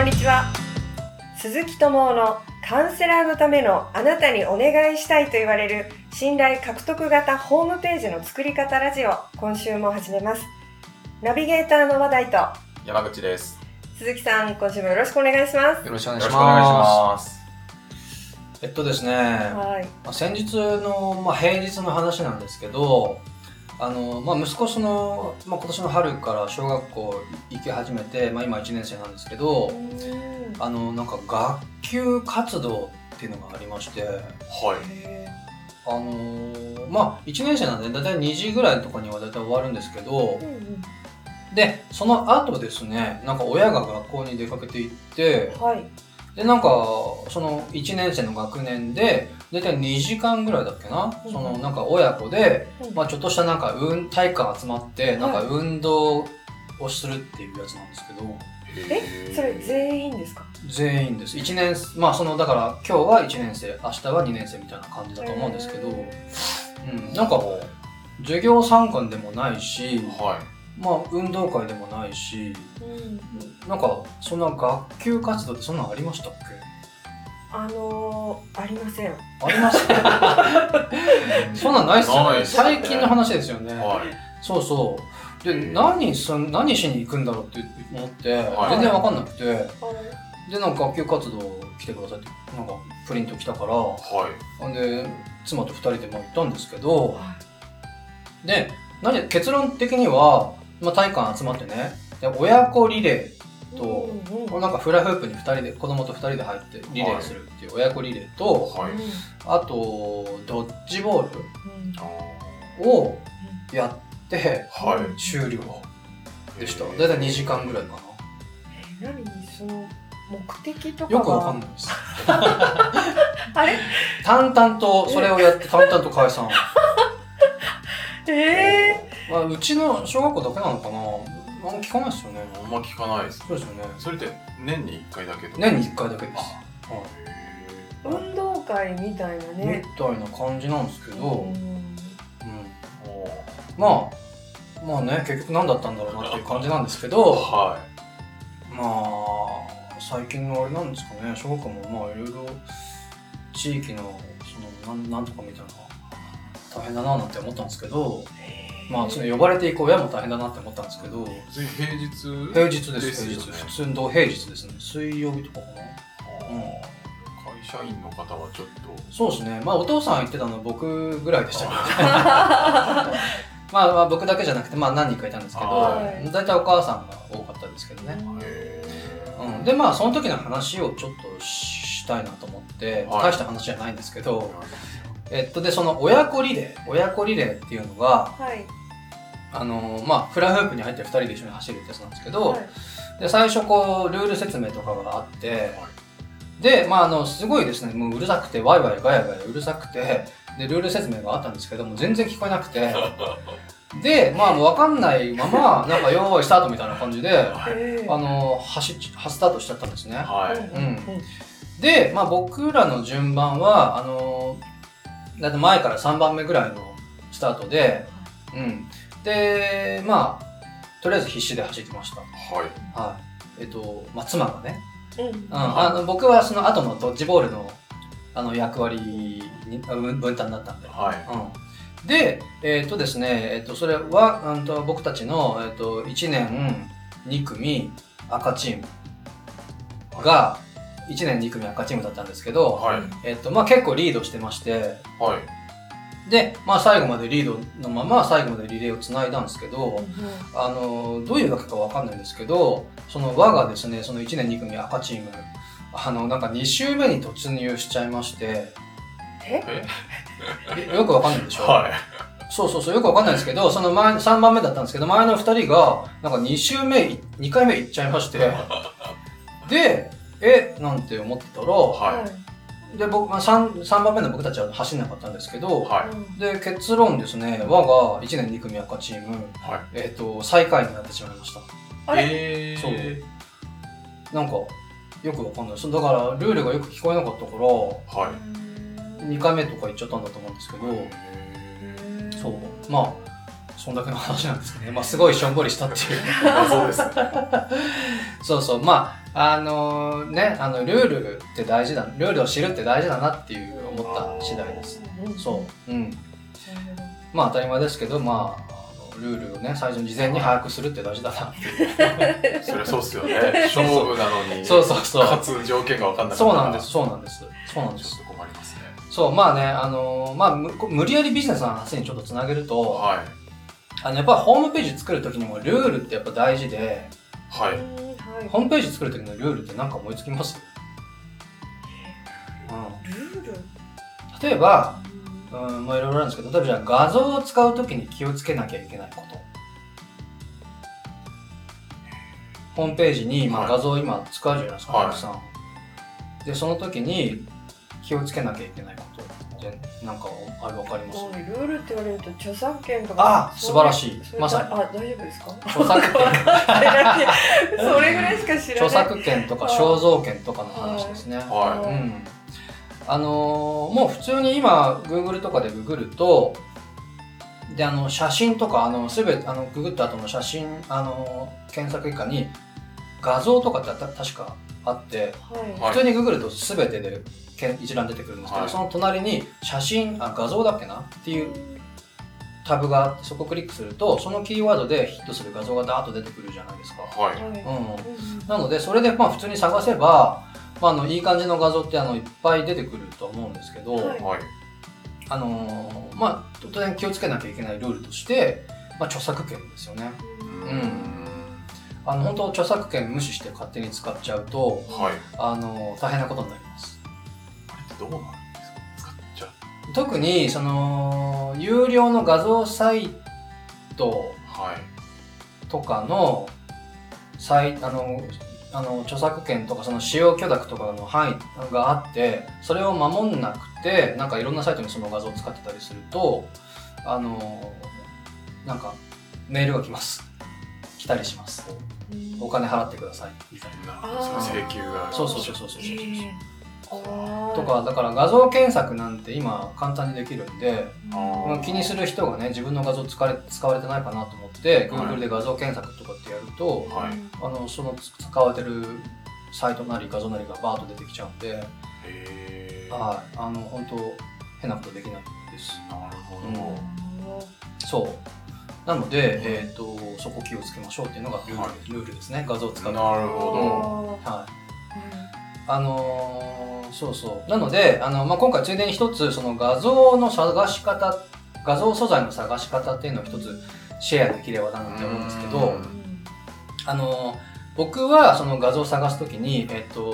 にちは。鈴木智夫のカウンセラーのためのあなたにお願いしたいと言われる信頼獲得型ホームページの作り方ラジオ、今週も始めます。ナビゲーターの話題と山口です。 鈴木さん、今週もよろしくお願いします。 よろしくお願いします。ですね、 はい、 先日の、平日の話なんですけど、息子今年の春から小学校行き始めて、今1年生なんですけど、なんか学級活動っていうのがありまして、 はい。 1年生なんでだいたい2時ぐらいのところにはだいたい終わるんですけど、でその後ですね、なんか親が学校に出かけて行って、 はい、 でなんかその1年生の学年でだいたい2時間ぐらいだっけな、そのなんか親子で、ちょっとしたなんか体育館集まってなんか運動をするっていうやつなんですけど、 それ全員ですか？ 全員です。1年だから今日は1年生、明日は2年生みたいな感じだと思うんですけど、なんか授業参観でもないし、運動会でもないし、なんかそんな学級活動ってそんなのありましたっけ？ ありません。 ありますそんなんないっすよね。最近の話ですよね。そうそう。で、何しに行くんだろうって思って、全然わかんなくて、で、なんか学級活動来てくださいって、なんかプリント来たから、で、妻と2人で行ったんですけど、で、結論的には、体育館集まってね、で親子リレーと、なんかフラフープに子供と2人で入ってリレーするっていう親子リレーと、あとドッジボールをやって終了でした。だいたい2時間ぐらいかな。 何その目的とかよくわかんないですあれ淡々とそれをやって淡々と解散うちの小学校だけなのかな。あんま聞かないですよね。 あんま聞かないです。 そうですよね。 それって年に1回だけとか？ 年に1回だけです。 運動会みたいなね。 みたいな感じなんですけど、結局何だったんだろうなっていう感じなんですけど、最近のあれなんですかね、小学校もいろいろ地域のなんとかみたいな大変だななんて思ったんですけど、呼ばれていく親も大変だなって思ったんですけど、平日です。普通の土平日ですね。水曜日とかかな。 会社員の方はちょっと。 そうですね。お父さん言ってたのは僕ぐらいでしたけどね。僕だけじゃなくて何人かいたんですけど、だいたいお母さんが多かったですけどね。でその時の話をちょっとしたいなと思って、大した話じゃないんですけど、でその親子リレーっていうのが、フラフープに入って2人で一緒に走るってやつなんですけど、で最初ルール説明とかがあって、で、すごいですね、もううるさくて、ワイワイガヤガヤうるさくて、で、ルール説明があったんですけども、全然聞こえなくて、で、わかんないまま、なんか、よーい、スタートみたいな感じで、スタートしちゃったんですね。で、僕らの順番は、だって前から3番目ぐらいのスタートで、で、とりあえず必死で走ってました。妻がね、僕はその後のドッジボールの役割に分担だったんで、でですね、それは僕たちの1年2組赤チームが1年2組赤チームだったんですけど、結構リードしてまして、で、最後までリードのまま最後までリレーをつないだんですけど、どういうわけかわかんないんですけど、その輪がですね、その1年2組赤チーム、なんか2周目に突入しちゃいまして、よくわかんないでしょ？そう、よくわかんないですけど、その前、3番目だったんですけど、前の2人が、なんか2回目行っちゃいまして、で、なんて思ってたら、で3番目の僕たちは走んなかったんですけど、で結論ですね、我が1年2組赤チーム、最下位になってしまいました。そうなんかよくわかんない。だからルールがよく聞こえなかったから、2回目とか行っちゃったんだと思うんですけど、 そんだけの話なんですけどね。すごいしょんぼりしたっていう。 そうですね。 そうそう。ルールって大事だ。ルールを知るって大事だなっていう思った次第です。そう。当たり前ですけど、ルールをね、最初に事前に把握するって大事だなっていう。 そりゃそうっすよね。勝負なのに。 そう。 勝つ条件が分かんなかったら。 そうなんです。ちょっと困りますね。そう、無理やりビジネスの話にちょっとつなげると、やっぱりホームページ作るときにもルールってやっぱ大事で、ホームページ作るときのルールって何か思いつきます？ ルール？ 例えば、いろいろあるんですけど、例えばじゃあ画像を使うときに気をつけなきゃいけないこと。ホームページに、画像を今使うじゃないですか、たくさん。で、その時に気をつけなきゃいけないことってなんかわかります？ ルールって言われると著作権とか。 素晴らしい。まさに。 大丈夫ですか？ 著作権。 それぐらいしか知らない。 著作権とか肖像権とかの話ですね。もう普通に今 Google とかでググると、で写真とかすべてググった後の写真検索以下に画像とかって確かあって、普通にググるとすべてで一覧出てくるんですけど、その隣に写真画像だっけなっていうタブがあって、そこをクリックするとそのキーワードでヒットする画像がダーッと出てくるじゃないですか。なのでそれで普通に探せばいい感じの画像っていっぱい出てくると思うんですけど、当然気をつけなきゃいけないルールとして、著作権ですよね。本当著作権無視して勝手に使っちゃうと、大変なことになります。 あれってどうなんですか？使っちゃう。 特に有料の画像サイトとかの著作権とか使用許諾とかの範囲があって、それを守んなくていろんなサイトにその画像を使ってたりするとメールが来たりします。お金払ってくださいみたいな請求が。 そうとか、だから画像検索なんて今簡単にできるんで、気にする人がね、自分の画像使われてないかなと思って、Google で画像検索とかってやると、その使われてるサイトなり画像なりがバーッと出てきちゃうんで、本当変なことできないです。 なるほど。 そう。なので、そこ気をつけましょうっていうのがルールですね。画像を使う。 なるほど。 なので今回ついでに一つその画像の探し方、画像素材の探し方っていうのを一つシェアできればなって思うんですけど、僕はその画像を探すときに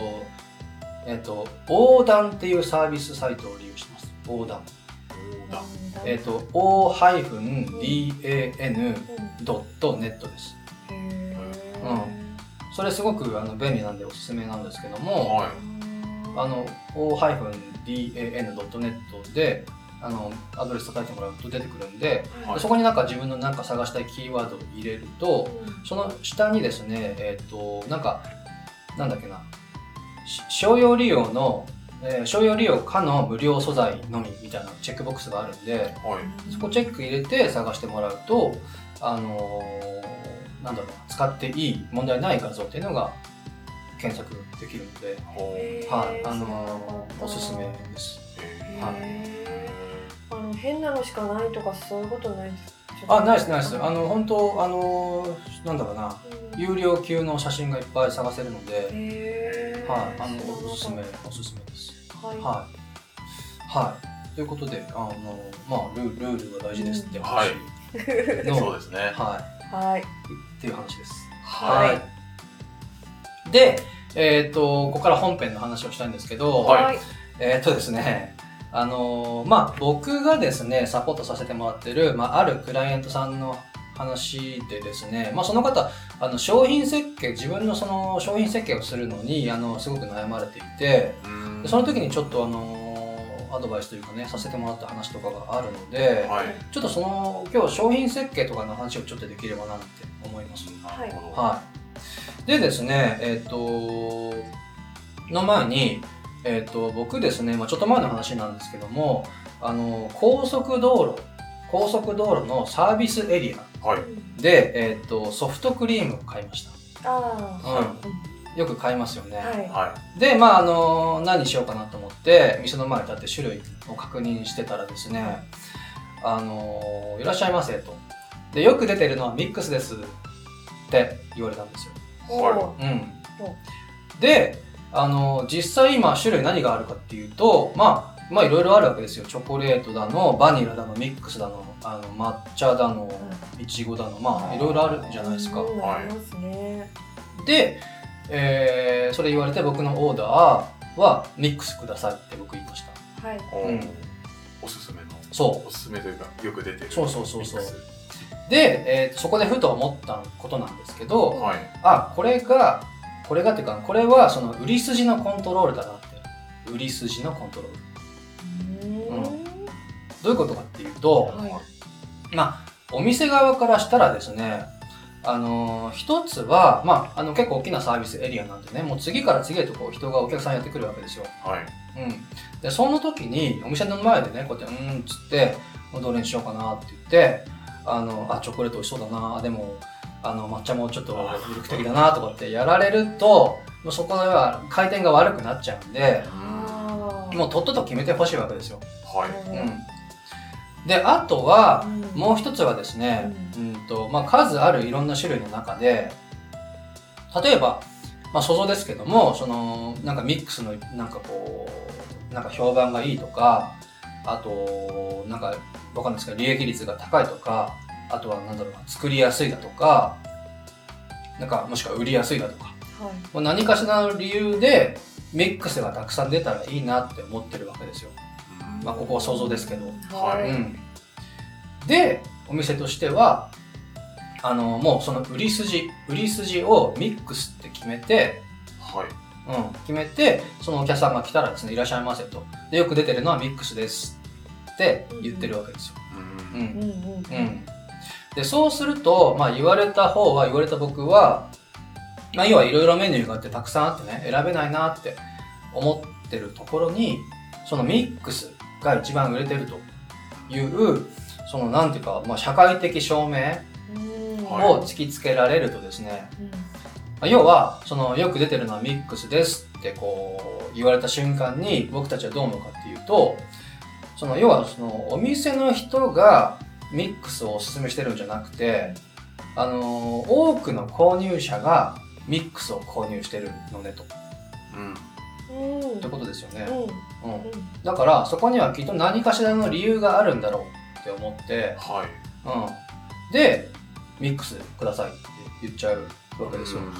オーダンっていうサービスサイトを利用してます。オーダン。o-dan.net です。それすごく便利なんでおすすめなんですけども、o-dan.net でアドレス叩いてもらうと出てくるんで、そこに自分の探したいキーワードを入れると、その下にですね、なんだっけな、商用利用可の無料素材のみみたいなチェックボックスがあるんで、そこチェック入れて探してもらうと、使っていい問題ない画像っていうのが検索できるので、おすすめです。 変なのしかないとかそういうことないですか？ないです。本当有料級の写真がいっぱい探せるので、おすすめです。ということで、ルールが大事ですって話の、 そうですね。 っていう話です。で、ここから本編の話をしたいんですけど、ですね、僕がですね、サポートさせてもらってる、あるクライアントさんの話でですね、その方、商品設計、自分のその商品設計をするのに、すごく悩まれていて、でその時にちょっとアドバイスというかね、させてもらった話とかがあるので、ちょっと今日商品設計とかの話をちょっとできればなって思います。でですね、の前に、僕ですね、ちょっと前の話なんですけども、高速道路高速道路のサービスエリアはい。 で、ソフトクリームを買いました。 あよく買いますよね。 はで、何にしようかなと思って、店の前に立って種類を確認してたらですね、いらっしゃいませと。で、よく出てるのはミックスですって言われたんですよ。 はで、実際今種類何があるかっていうと、いろいろあるわけですよ。チョコレートだの、バニラだの、ミックスだの、抹茶だの、いちごだの、いろいろあるじゃないですか。 ありますね。 で、それ言われて僕のオーダーはミックスくださいって僕言いました。 はい。おすすめの。 そう。 おすすめというか、よく出てる。 そう。で、そこでふと思ったことなんですけど、 はい。 これがっていうか、これはその売り筋のコントロールだなって。売り筋のコントロール。どういうことかっていうと、お店側からしたらですね、一つは、結構大きなサービスエリアなんでね、もう次から次へと人がお客さんやってくるわけですよ。 はい。 で、その時に、お店の前でね、こうやって、つって、どれにしようかなって言って、チョコレート美味しそうだな、でも、抹茶もちょっと魅力的だな、とかってやられると、もうそこでは回転が悪くなっちゃうんで、もうとっとと決めてほしいわけですよ。 はい。 で、あとは、もう一つはですね、数あるいろんな種類の中で、例えば、想像ですけども、ミックスの、評判がいいとか、あと、わかんないですけど、利益率が高いとか、あとは、作りやすいだとか、もしくは売りやすいだとか、何かしらの理由で、ミックスがたくさん出たらいいなって思ってるわけですよ。ここは想像ですけど。で、お店としては、もうその売り筋をミックスって決めて、そのお客さんが来たらですね、いらっしゃいませと。で、よく出てるのはミックスですって言ってるわけですよ。で、そうすると、言われた僕は、要はいろいろメニューがあってたくさんあってね、選べないなって思ってるところに、そのミックスが一番売れてるという、なんていうか、社会的証明を突きつけられるとですね、要は、よく出てるのはミックスですって言われた瞬間に僕たちはどう思うかっていうと、要はお店の人がミックスをおすすめしてるんじゃなくて、多くの購入者がミックスを購入してるのねと。ってことですよね。だからそこにはきっと何かしらの理由があるんだろうって思って、で、ミックスくださいって言っちゃうわけですよ。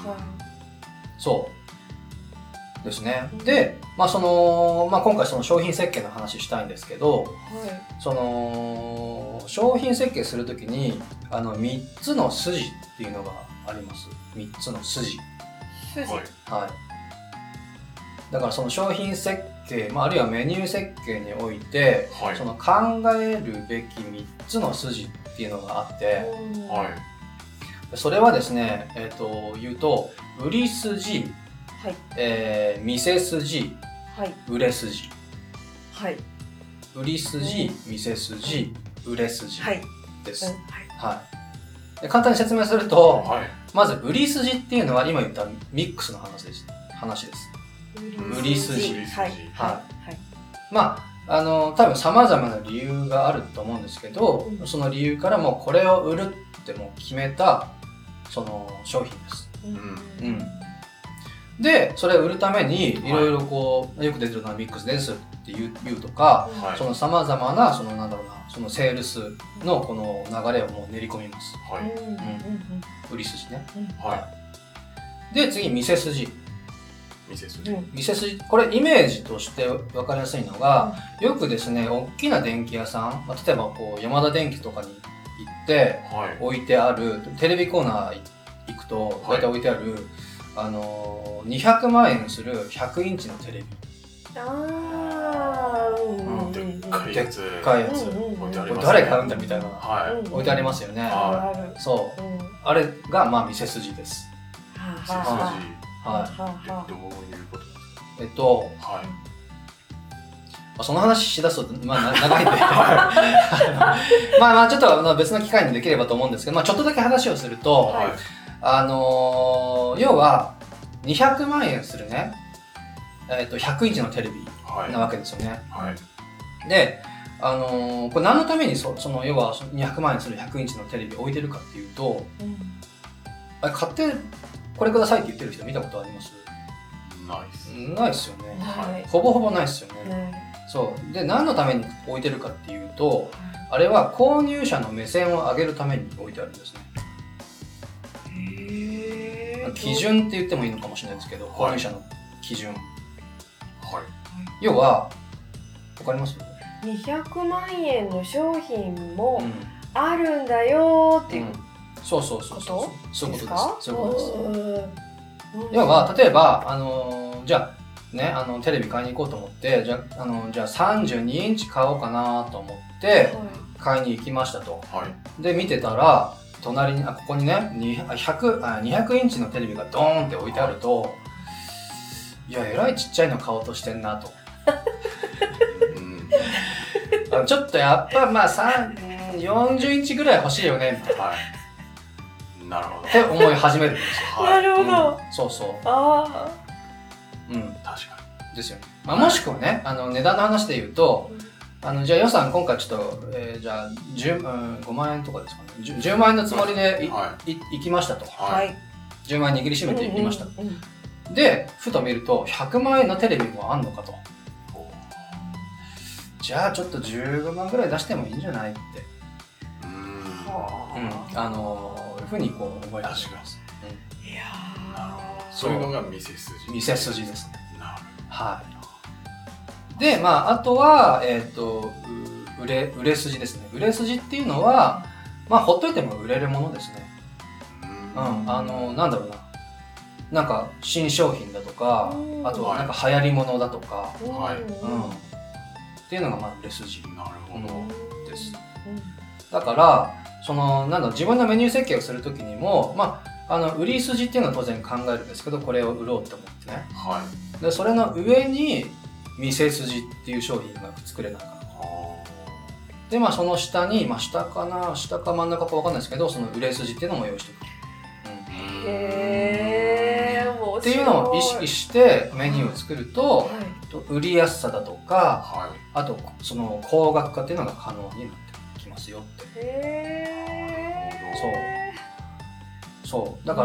そうですね。で、今回商品設計の話したいんですけど、商品設計するときに3つの筋っていうのがあります。3つの筋。だからその商品設計、あるいはメニュー設計において、考えるべき3つの筋っていうのがあって、それはですね、言うと、売り筋、店筋、売れ筋。売り筋、店筋、売れ筋です。で簡単に説明すると、まず売り筋っていうのは今言ったミックスの話です。売り筋。多分様々な理由があると思うんですけど、その理由からもうこれを売るってもう決めたその商品です。で、それを売るためにいろいろよく出てるのはミックスですって言うとか、その様々なそのセールスのこの流れをもう練り込みます。売り筋ね。で、次、店筋。これイメージとして分かりやすいのが、よくですね、大きな電気屋さん、例えばヤマダ電機とかに行って置いてある、テレビコーナー行くと大体置いてある200万円する100インチのテレビ。でっかいやつ。誰買うんだみたいな。置いてありますよね。そう。あれが店筋です。 どういうことですか？ その話しだすと、長いんでまあちょっと別の機会にできればと思うんですけど、ちょっとだけ話をすると、要は200万円するね、100インチのテレビなわけですよね。で、これ何のためにその要は200万円する100インチのテレビ置いてるかっていうと、あれ買ってこれくださいって言ってる人見たことあります？ないっすよね。ほぼほぼないっすよね。そうで、何のために置いてるかっていうと、あれは購入者の目線を上げるために置いてあるんですね。基準って言ってもいいのかもしれないですけど、購入者の基準。要はわかります？ 200 万円の商品もあるんだよっていう、 そういうことです。そういうことです。要は例えばじゃあね、テレビ買いに行こうと思って、じゃあ32インチ買おうかなと思って買いに行きましたと。で見てたら隣にここにね200インチのテレビがドーンって置いてあると、いやえらいちっちゃいの買おうとしてんなとちょっとやっぱ40インチぐらい欲しいよねみたいな、 なるほどって思い始めるんですよ。 なるほど。 そうそう。 確かにですよね。もしくはね、値段の話で言うと、じゃあ予算今回ちょっと、じゃあ5万円とかですかね。10万円のつもりで行きましたと。10万円握りしめて行きました。で、ふと見ると100万円のテレビもあんのかと。じゃあちょっと15万ぐらい出してもいいんじゃないって。いうふうにこう思い始めます。 いやそういうのが見せ筋。 見せ筋ですね。で、あとは売れ筋ですね。売れ筋っていうのはほっといても売れるものですね。なんだろうな。なんか新商品だとか、あとはなんか流行り物だとか、っていうのが売れ筋です。だから自分のメニュー設計をするときにも、売り筋っていうのは当然考えるんですけど、これを売ろうと思ってね。でそれの上に見せ筋っていう商品が作れないかな。でその下に、下か真ん中かわかんないですけど、その売れ筋っていうのも用意しておく。っていうのを意識してメニューを作ると、売りやすさだとか、あとその高額化っていうのが可能になってきますよって。そうだから、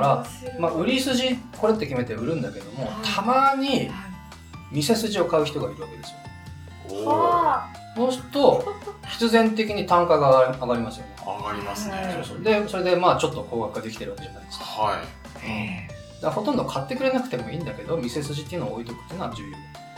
売り筋これって決めて売るんだけども、たまに見せ筋を買う人がいるわけですよ。そうすると必然的に単価が上がりますよね。 上がりますね。 でそれでちょっと高額化できてるわけじゃないですか。だからほとんど買ってくれなくてもいいんだけど、見せ筋っていうのを置いとくっていうのは重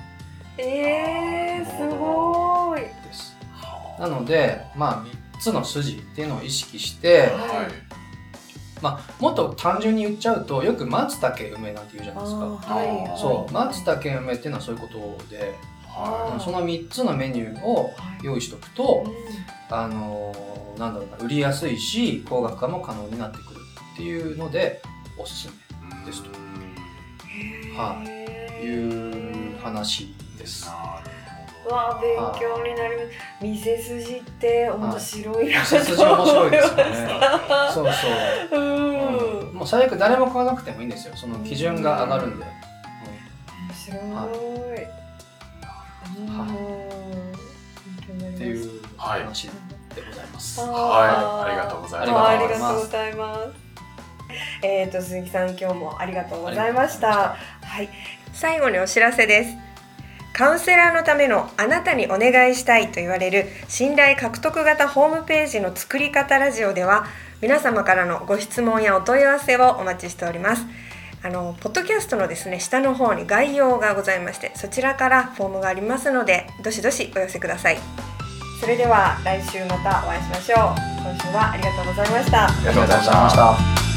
要。 すごいです。なので3つの筋っていうのを意識して、もっと単純に言っちゃうと、よく松茸梅なんて言うじゃないですか。そう松茸梅っていうのはそういうことで、その3つのメニューを用意しとくと、売りやすいし高額化も可能になってくるっていうのでおすすめですという話です。 勉強になります。見せ筋って面白いな。 見せ筋面白いですよね。もう最悪誰も買わなくてもいいんですよ。その基準が上がるんで。 面白い。 っていう話でございます。 ありがとうございます。 ありがとうございます。鈴木さん、今日もありがとうございました。最後にお知らせです。カウンセラーのためのあなたにお願いしたいと言われる信頼獲得型ホームページの作り方ラジオでは、皆様からのご質問やお問い合わせをお待ちしております。ポッドキャストのですね、下の方に概要がございまして、そちらからフォームがありますので、どしどしお寄せください。それでは来週またお会いしましょう。今週はありがとうございました。 ありがとうございました。